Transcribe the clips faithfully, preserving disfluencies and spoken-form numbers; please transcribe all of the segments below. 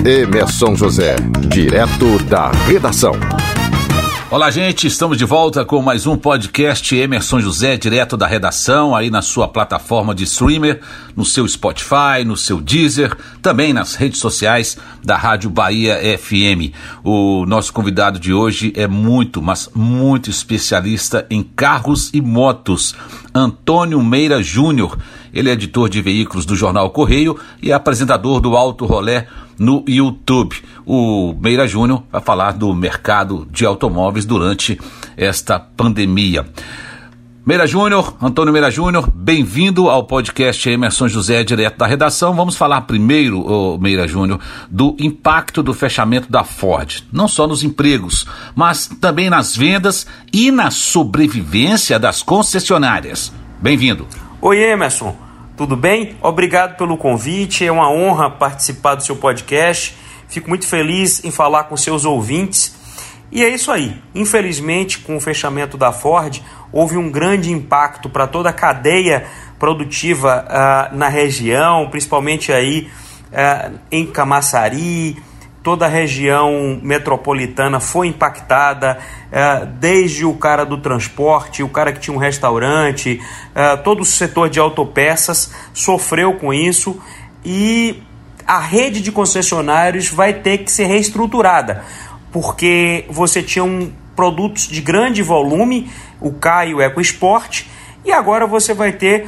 Emerson José, direto da redação. Olá, gente, estamos de volta com mais um podcast Emerson José, direto da redação, aí na sua plataforma de streamer, no seu Spotify, no seu Deezer, também nas redes sociais da Rádio Bahia F M. O nosso convidado de hoje é muito, mas muito especialista em carros e motos, Antônio Meira Júnior. Ele é editor de veículos do Jornal Correio e é apresentador do Auto Rolê no YouTube. O Meira Júnior vai falar do mercado de automóveis durante esta pandemia. Meira Júnior, Antônio Meira Júnior, bem-vindo ao podcast Emerson José, direto da redação. Vamos falar primeiro, oh, Meira Júnior, do impacto do fechamento da Ford, não só nos empregos, mas também nas vendas e na sobrevivência das concessionárias. Bem-vindo. Oi, Emerson. Tudo bem? Obrigado pelo convite, é uma honra participar do seu podcast, fico muito feliz em falar com seus ouvintes. E é isso aí, infelizmente com o fechamento da Ford, houve um grande impacto para toda a cadeia produtiva uh, na região, principalmente aí uh, em Camaçari. Toda a região metropolitana foi impactada, eh, desde o cara do transporte, o cara que tinha um restaurante, eh, todo o setor de autopeças sofreu com isso e a rede de concessionários vai ter que ser reestruturada, porque você tinha um, produtos de grande volume, o Ka e o EcoSport, e agora você vai ter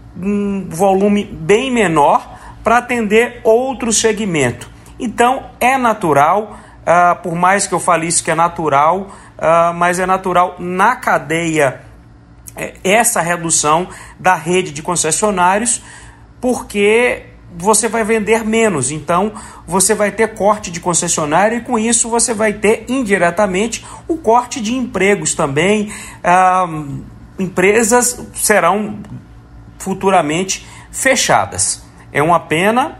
um volume bem menor para atender outro segmento. Então, é natural, uh, por mais que eu fale isso que é natural, uh, mas é natural na cadeia uh, essa redução da rede de concessionários, porque você vai vender menos, então você vai ter corte de concessionário e com isso você vai ter indiretamente o corte de empregos também. Uh, empresas serão futuramente fechadas. É uma pena,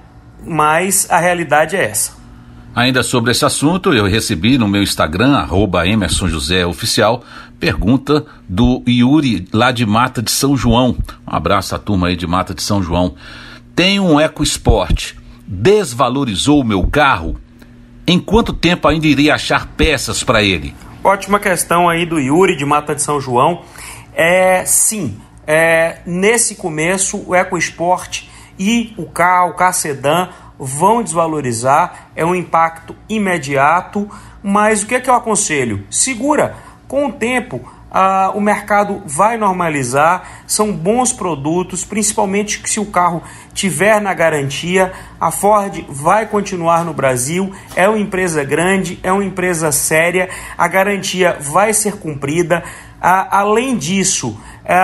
mas a realidade é essa. Ainda sobre esse assunto, eu recebi no meu Instagram, arroba Emerson José Oficial, pergunta do Yuri, lá de Mata de São João. Um abraço à turma aí de Mata de São João. Tem um EcoSport, desvalorizou o meu carro? Em quanto tempo ainda iria achar peças para ele? Ótima questão aí do Yuri, de Mata de São João. É, sim, é, nesse começo o EcoSport e o Ka, o Ka Sedan vão desvalorizar, é um impacto imediato, mas o que é que eu aconselho? Segura, com o tempo ah, o mercado vai normalizar, são bons produtos, principalmente se o carro tiver na garantia, a Ford vai continuar no Brasil, é uma empresa grande, é uma empresa séria, a garantia vai ser cumprida. Ah, além disso,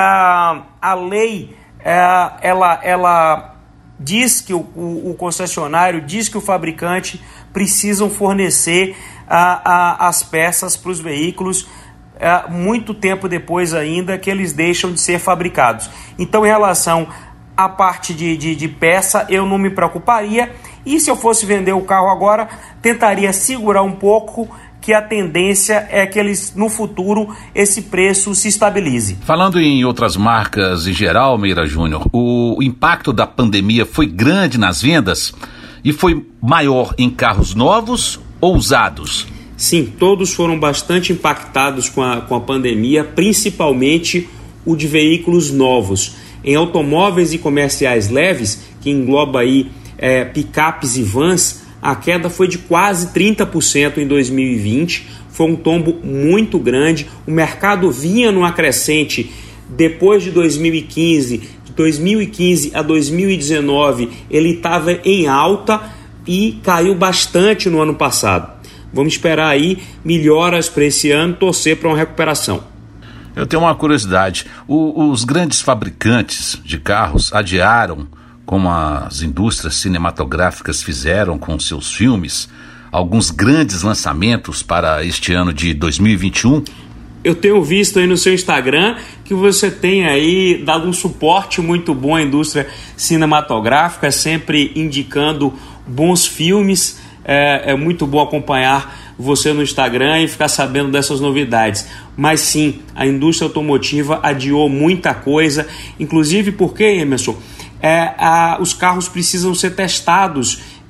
ah, a lei ah, ela... ela diz que o, o, o concessionário, diz que o fabricante precisam fornecer a, a, as peças para os veículos a, muito tempo depois ainda que eles deixam de ser fabricados. Então, em relação à parte de, de, de peça, eu não me preocuparia, e se eu fosse vender o carro agora, tentaria segurar um pouco, que a tendência é que eles, no futuro, esse preço se estabilize. Falando em outras marcas em geral, Meira Júnior, o impacto da pandemia foi grande nas vendas e foi maior em carros novos ou usados? Sim, todos foram bastante impactados com a, com a pandemia, principalmente o de veículos novos. Em automóveis e comerciais leves, que engloba aí é, picapes e vans, a queda foi de quase trinta por cento em dois mil e vinte, foi um tombo muito grande. O mercado vinha numa crescente depois de dois mil e quinze, de dois mil e quinze a dois mil e dezenove, ele estava em alta e caiu bastante no ano passado. Vamos esperar aí melhoras para esse ano, torcer para uma recuperação. Eu tenho uma curiosidade, o, os grandes fabricantes de carros adiaram, como as indústrias cinematográficas fizeram com seus filmes, alguns grandes lançamentos para este ano de dois mil e vinte e um? Eu tenho visto aí no seu Instagram que você tem aí dado um suporte muito bom à indústria cinematográfica, sempre indicando bons filmes. É, é muito bom acompanhar você no Instagram e ficar sabendo dessas novidades. Mas sim, a indústria automotiva adiou muita coisa, inclusive porque, Emerson, é, a, os carros precisam ser testados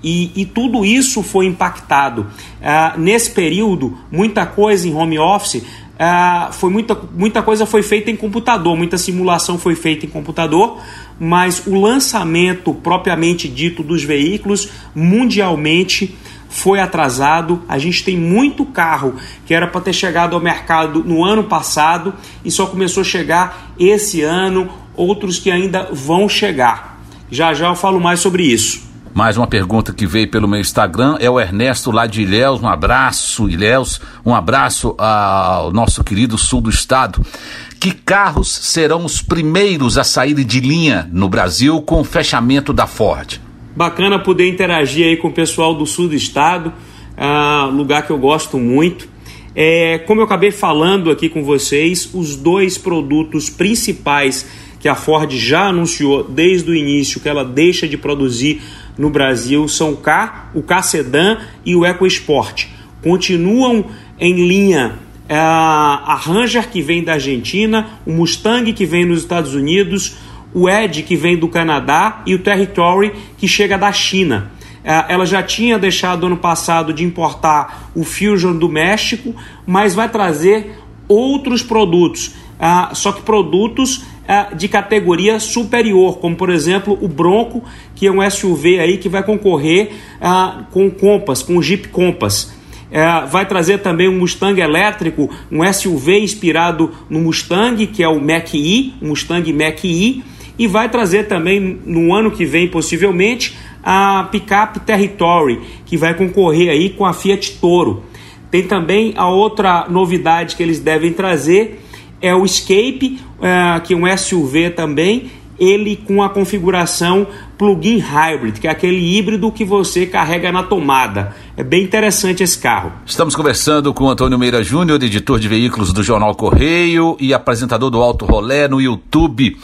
E, e tudo isso foi impactado. Uh, nesse período, muita coisa em home office, uh, foi muita, muita coisa foi feita em computador, muita simulação foi feita em computador, mas o lançamento propriamente dito dos veículos mundialmente foi atrasado. A gente tem muito carro que era para ter chegado ao mercado no ano passado e só começou a chegar esse ano, outros que ainda vão chegar. Já já eu falo mais sobre isso. Mais uma pergunta que veio pelo meu Instagram é o Ernesto lá de Ilhéus. Um abraço, Ilhéus. Um abraço ao nosso querido sul do estado. Que carros serão os primeiros a saírem de linha no Brasil com o fechamento da Ford? Bacana poder interagir aí com o pessoal do sul do estado, uh, lugar que eu gosto muito. É, como eu acabei falando aqui com vocês, os dois produtos principais que a Ford já anunciou desde o início que ela deixa de produzir no Brasil são o K, o K Sedan e o EcoSport. Continuam em linha é, a Ranger, que vem da Argentina, o Mustang, que vem dos Estados Unidos, o Edge, que vem do Canadá, e o Territory, que chega da China. É, ela já tinha deixado ano passado de importar o Fusion do México, mas vai trazer outros produtos, é, só que produtos de categoria superior, como por exemplo o Bronco, que é um S U V aí que vai concorrer uh, com o Compass, com o Jeep Compass. Uh, vai trazer também um Mustang elétrico, um S U V inspirado no Mustang, que é o Mach-E, o Mustang Mach-E, e vai trazer também no ano que vem, possivelmente, a picape Territory, que vai concorrer aí com a Fiat Toro. Tem também a outra novidade que eles devem trazer, é o Escape, uh, que é um S U V também, ele com a configuração plug-in hybrid, que é aquele híbrido que você carrega na tomada. É bem interessante esse carro. Estamos conversando com Antônio Meira Júnior, editor de veículos do Jornal Correio e apresentador do Auto Rolê no YouTube.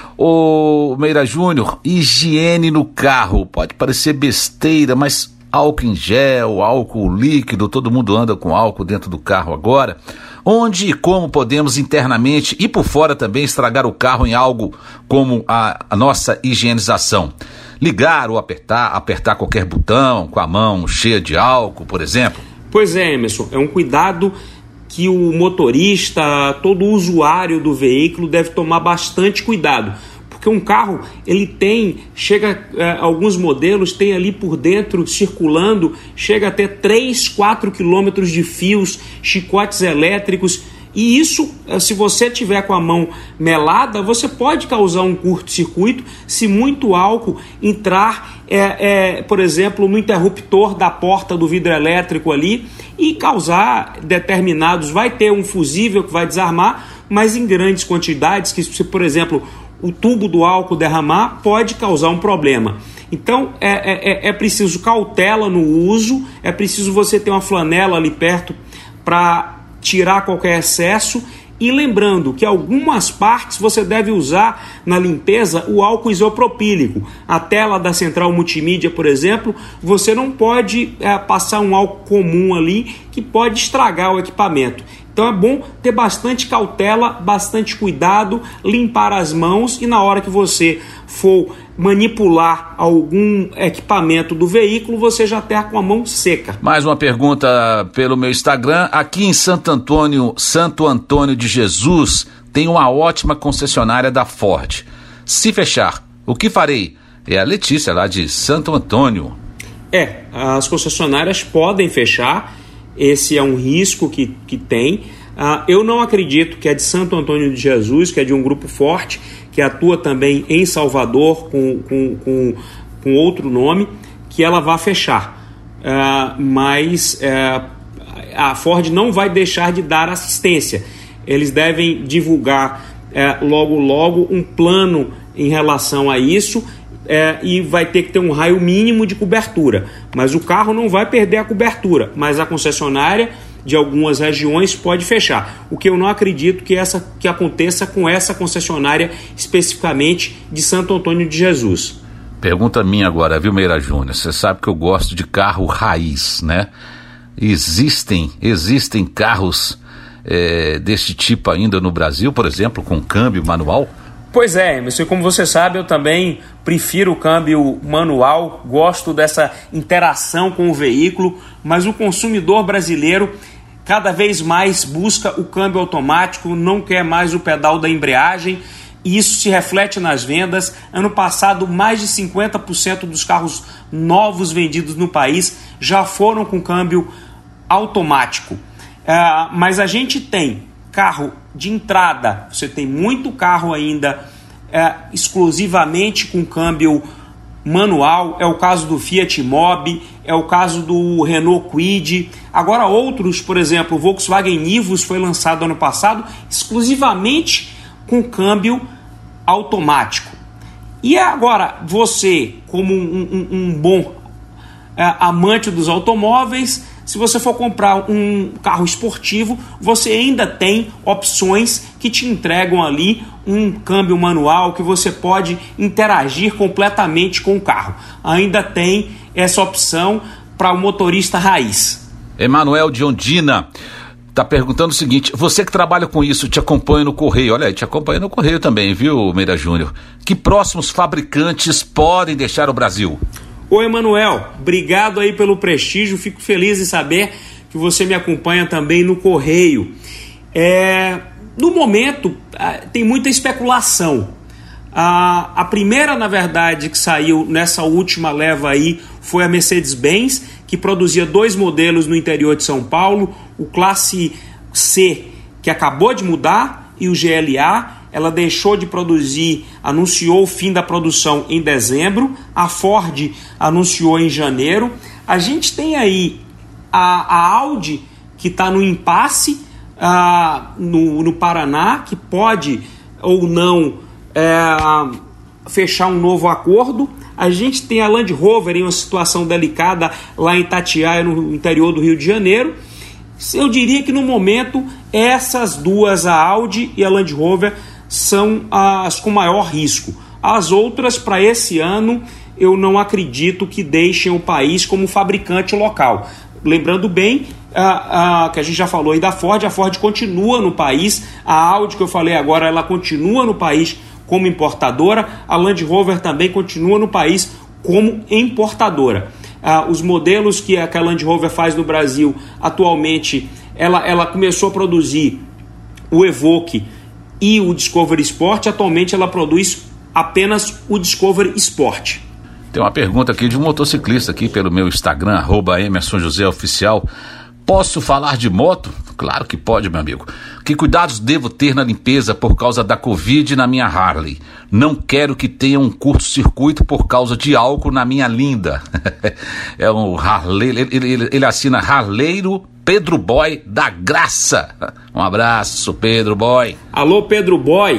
Ô Meira Júnior, higiene no carro, pode parecer besteira, mas álcool em gel, álcool líquido, todo mundo anda com álcool dentro do carro agora. Onde e como podemos internamente e por fora também estragar o carro em algo como a, a nossa higienização? Ligar ou apertar, apertar qualquer botão com a mão cheia de álcool, por exemplo? Pois é, Emerson, é um cuidado que o motorista, todo usuário do veículo deve tomar bastante cuidado. Porque um carro, ele tem, chega, eh, alguns modelos tem ali por dentro, circulando, chega até três, quatro quilômetros de fios, chicotes elétricos, e isso, se você tiver com a mão melada, você pode causar um curto-circuito se muito álcool entrar, é, é, por exemplo, no interruptor da porta do vidro elétrico ali e causar determinados, vai ter um fusível que vai desarmar, mas em grandes quantidades, que se, por exemplo, o tubo do álcool derramar, pode causar um problema. Então é, é, é preciso cautela no uso, é preciso você ter uma flanela ali perto para tirar qualquer excesso, e lembrando que algumas partes você deve usar na limpeza o álcool isopropílico. A tela da central multimídia, por exemplo, você não pode é, passar um álcool comum ali que pode estragar o equipamento. Então é bom ter bastante cautela, bastante cuidado, limpar as mãos e na hora que você for manipular algum equipamento do veículo, você já ter com a mão seca. Mais uma pergunta pelo meu Instagram. Aqui em Santo Antônio, Santo Antônio de Jesus, tem uma ótima concessionária da Ford. Se fechar, o que farei? É a Letícia lá de Santo Antônio. É, as concessionárias podem fechar. Esse é um risco que, que tem. Uh, eu não acredito que é de Santo Antônio de Jesus, que é de um grupo forte, que atua também em Salvador com, com, com, com outro nome, que ela vá fechar. Uh, mas uh, a Ford não vai deixar de dar assistência. Eles devem divulgar uh, logo logo um plano em relação a isso. É, e vai ter que ter um raio mínimo de cobertura, mas o carro não vai perder a cobertura, mas a concessionária de algumas regiões pode fechar, o que eu não acredito que, essa, que aconteça com essa concessionária especificamente de Santo Antônio de Jesus. Pergunta minha agora, viu, Meira Júnior? Você sabe que eu gosto de carro raiz, né? Existem, existem carros é, desse tipo ainda no Brasil, por exemplo, com câmbio manual? Pois é, mas como você sabe, eu também prefiro o câmbio manual, gosto dessa interação com o veículo, mas o consumidor brasileiro cada vez mais busca o câmbio automático, não quer mais o pedal da embreagem, e isso se reflete nas vendas. Ano passado, mais de cinquenta por cento dos carros novos vendidos no país já foram com câmbio automático. Uh, mas a gente tem carro de entrada, você tem muito carro ainda uh, exclusivamente com câmbio manual, é o caso do Fiat Mobi, é o caso do Renault Kwid. Agora outros, por exemplo, o Volkswagen Nivus foi lançado ano passado exclusivamente com câmbio automático. E agora você, como um, um, um bom é, amante dos automóveis, se você for comprar um carro esportivo, você ainda tem opções que te entregam ali um câmbio manual, que você pode interagir completamente com o carro. Ainda tem essa opção para o motorista raiz. Emanuel de Ondina tá perguntando o seguinte: você que trabalha com isso, te acompanha no Correio, olha aí, te acompanha no Correio também, viu, Meira Júnior? Que próximos fabricantes podem deixar o Brasil? Ô Emanuel, obrigado aí pelo prestígio, fico feliz em saber que você me acompanha também no Correio. É, no momento, tem muita especulação. A, a primeira, na verdade, que saiu nessa última leva aí foi a Mercedes-Benz, que produzia dois modelos no interior de São Paulo, o Classe C, que acabou de mudar, e o G L A. Ela deixou de produzir, anunciou o fim da produção em dezembro, a Ford anunciou em janeiro. A gente tem aí a, a Audi, que está no impasse uh, no, no Paraná, que pode ou não é, fechar um novo acordo. A gente tem a Land Rover em uma situação delicada lá em Itatiaia, no interior do Rio de Janeiro. Eu diria que no momento essas duas, a Audi e a Land Rover, são as com maior risco. As outras, para esse ano, eu não acredito que deixem o país como fabricante local. Lembrando bem uh, uh, que a gente já falou aí da Ford, a Ford continua no país, a Audi que eu falei agora, ela continua no país como importadora, a Land Rover também continua no país como importadora. Uh, os modelos que a Land Rover faz no Brasil atualmente, ela, ela começou a produzir o Evoque e o Discovery Sport. Atualmente ela produz apenas o Discovery Sport. Tem uma pergunta aqui de um motociclista aqui pelo meu Instagram, arroba Emerson José Oficial. Posso falar de moto? Claro que pode, meu amigo. Que cuidados devo ter na limpeza por causa da Covid na minha Harley? Não quero que tenha um curto-circuito por causa de álcool na minha linda. É um Harley, ele, ele, ele assina Harleiro Pedro Boy da Graça. Um abraço, Pedro Boy. Alô, Pedro Boy.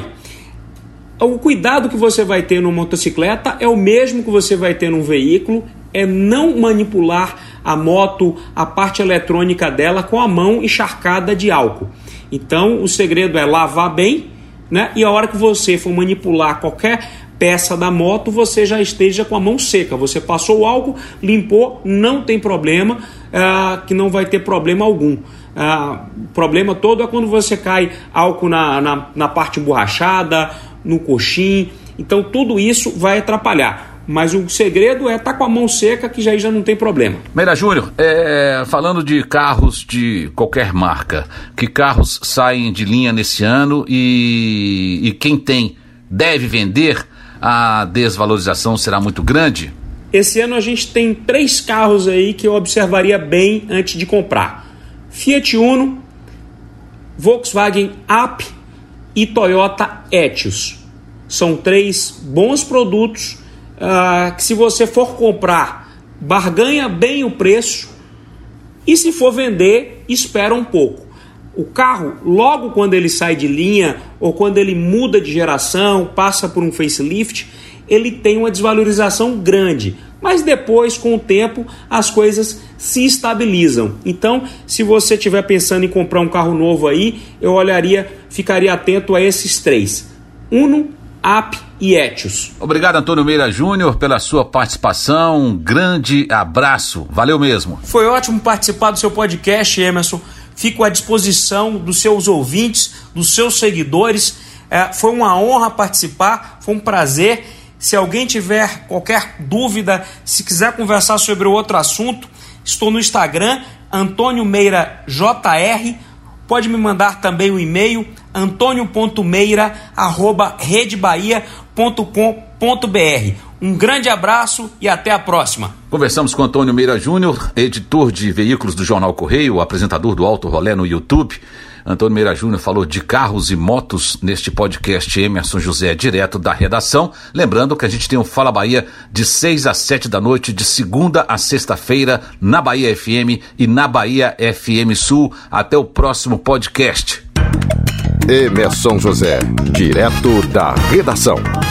O cuidado que você vai ter numa motocicleta é o mesmo que você vai ter num veículo, é não manipular a moto, a parte eletrônica dela com a mão encharcada de álcool. Então, o segredo é lavar bem, né? E a hora que você for manipular qualquer peça da moto, você já esteja com a mão seca. Você passou o álcool, limpou, não tem problema, uh, que não vai ter problema algum. Uh, o problema todo é quando você cai álcool na, na, na parte emborrachada, no coxim. Então tudo isso vai atrapalhar. Mas o segredo é estar tá com a mão seca, que já, já não tem problema. Meira Júnior, é, falando de carros de qualquer marca, que carros saem de linha nesse ano e, e quem tem deve vender? A desvalorização será muito grande? Esse ano a gente tem três carros aí que eu observaria bem antes de comprar: Fiat Uno, Volkswagen Up e Toyota Etios. São três bons produtos uh, que, se você for comprar, barganha bem o preço, e se for vender, espera um pouco. O carro, logo quando ele sai de linha ou quando ele muda de geração, passa por um facelift, ele tem uma desvalorização grande. Mas depois, com o tempo, as coisas se estabilizam. Então, se você estiver pensando em comprar um carro novo aí, eu olharia, ficaria atento a esses três: Uno, Up e Etios. Obrigado, Antônio Meira Júnior, pela sua participação. Um grande abraço. Valeu mesmo. Foi ótimo participar do seu podcast, Emerson. Fico à disposição dos seus ouvintes, dos seus seguidores. É, foi uma honra participar, foi um prazer. Se alguém tiver qualquer dúvida, se quiser conversar sobre outro assunto, estou no Instagram, Antônio Meira J R. Pode me mandar também o e-mail antônio ponto meira arroba rede bahia ponto com ponto b r. Um grande abraço e até a próxima. Conversamos com Antônio Meira Júnior, editor de veículos do Jornal Correio, apresentador do Alto Rolê no YouTube. Antônio Meira Júnior falou de carros e motos neste podcast Emerson José, direto da redação. Lembrando que a gente tem um Fala Bahia de seis às sete da noite, de segunda a sexta-feira, na Bahia F M e na Bahia F M Sul. Até o próximo podcast. Emerson José, direto da redação.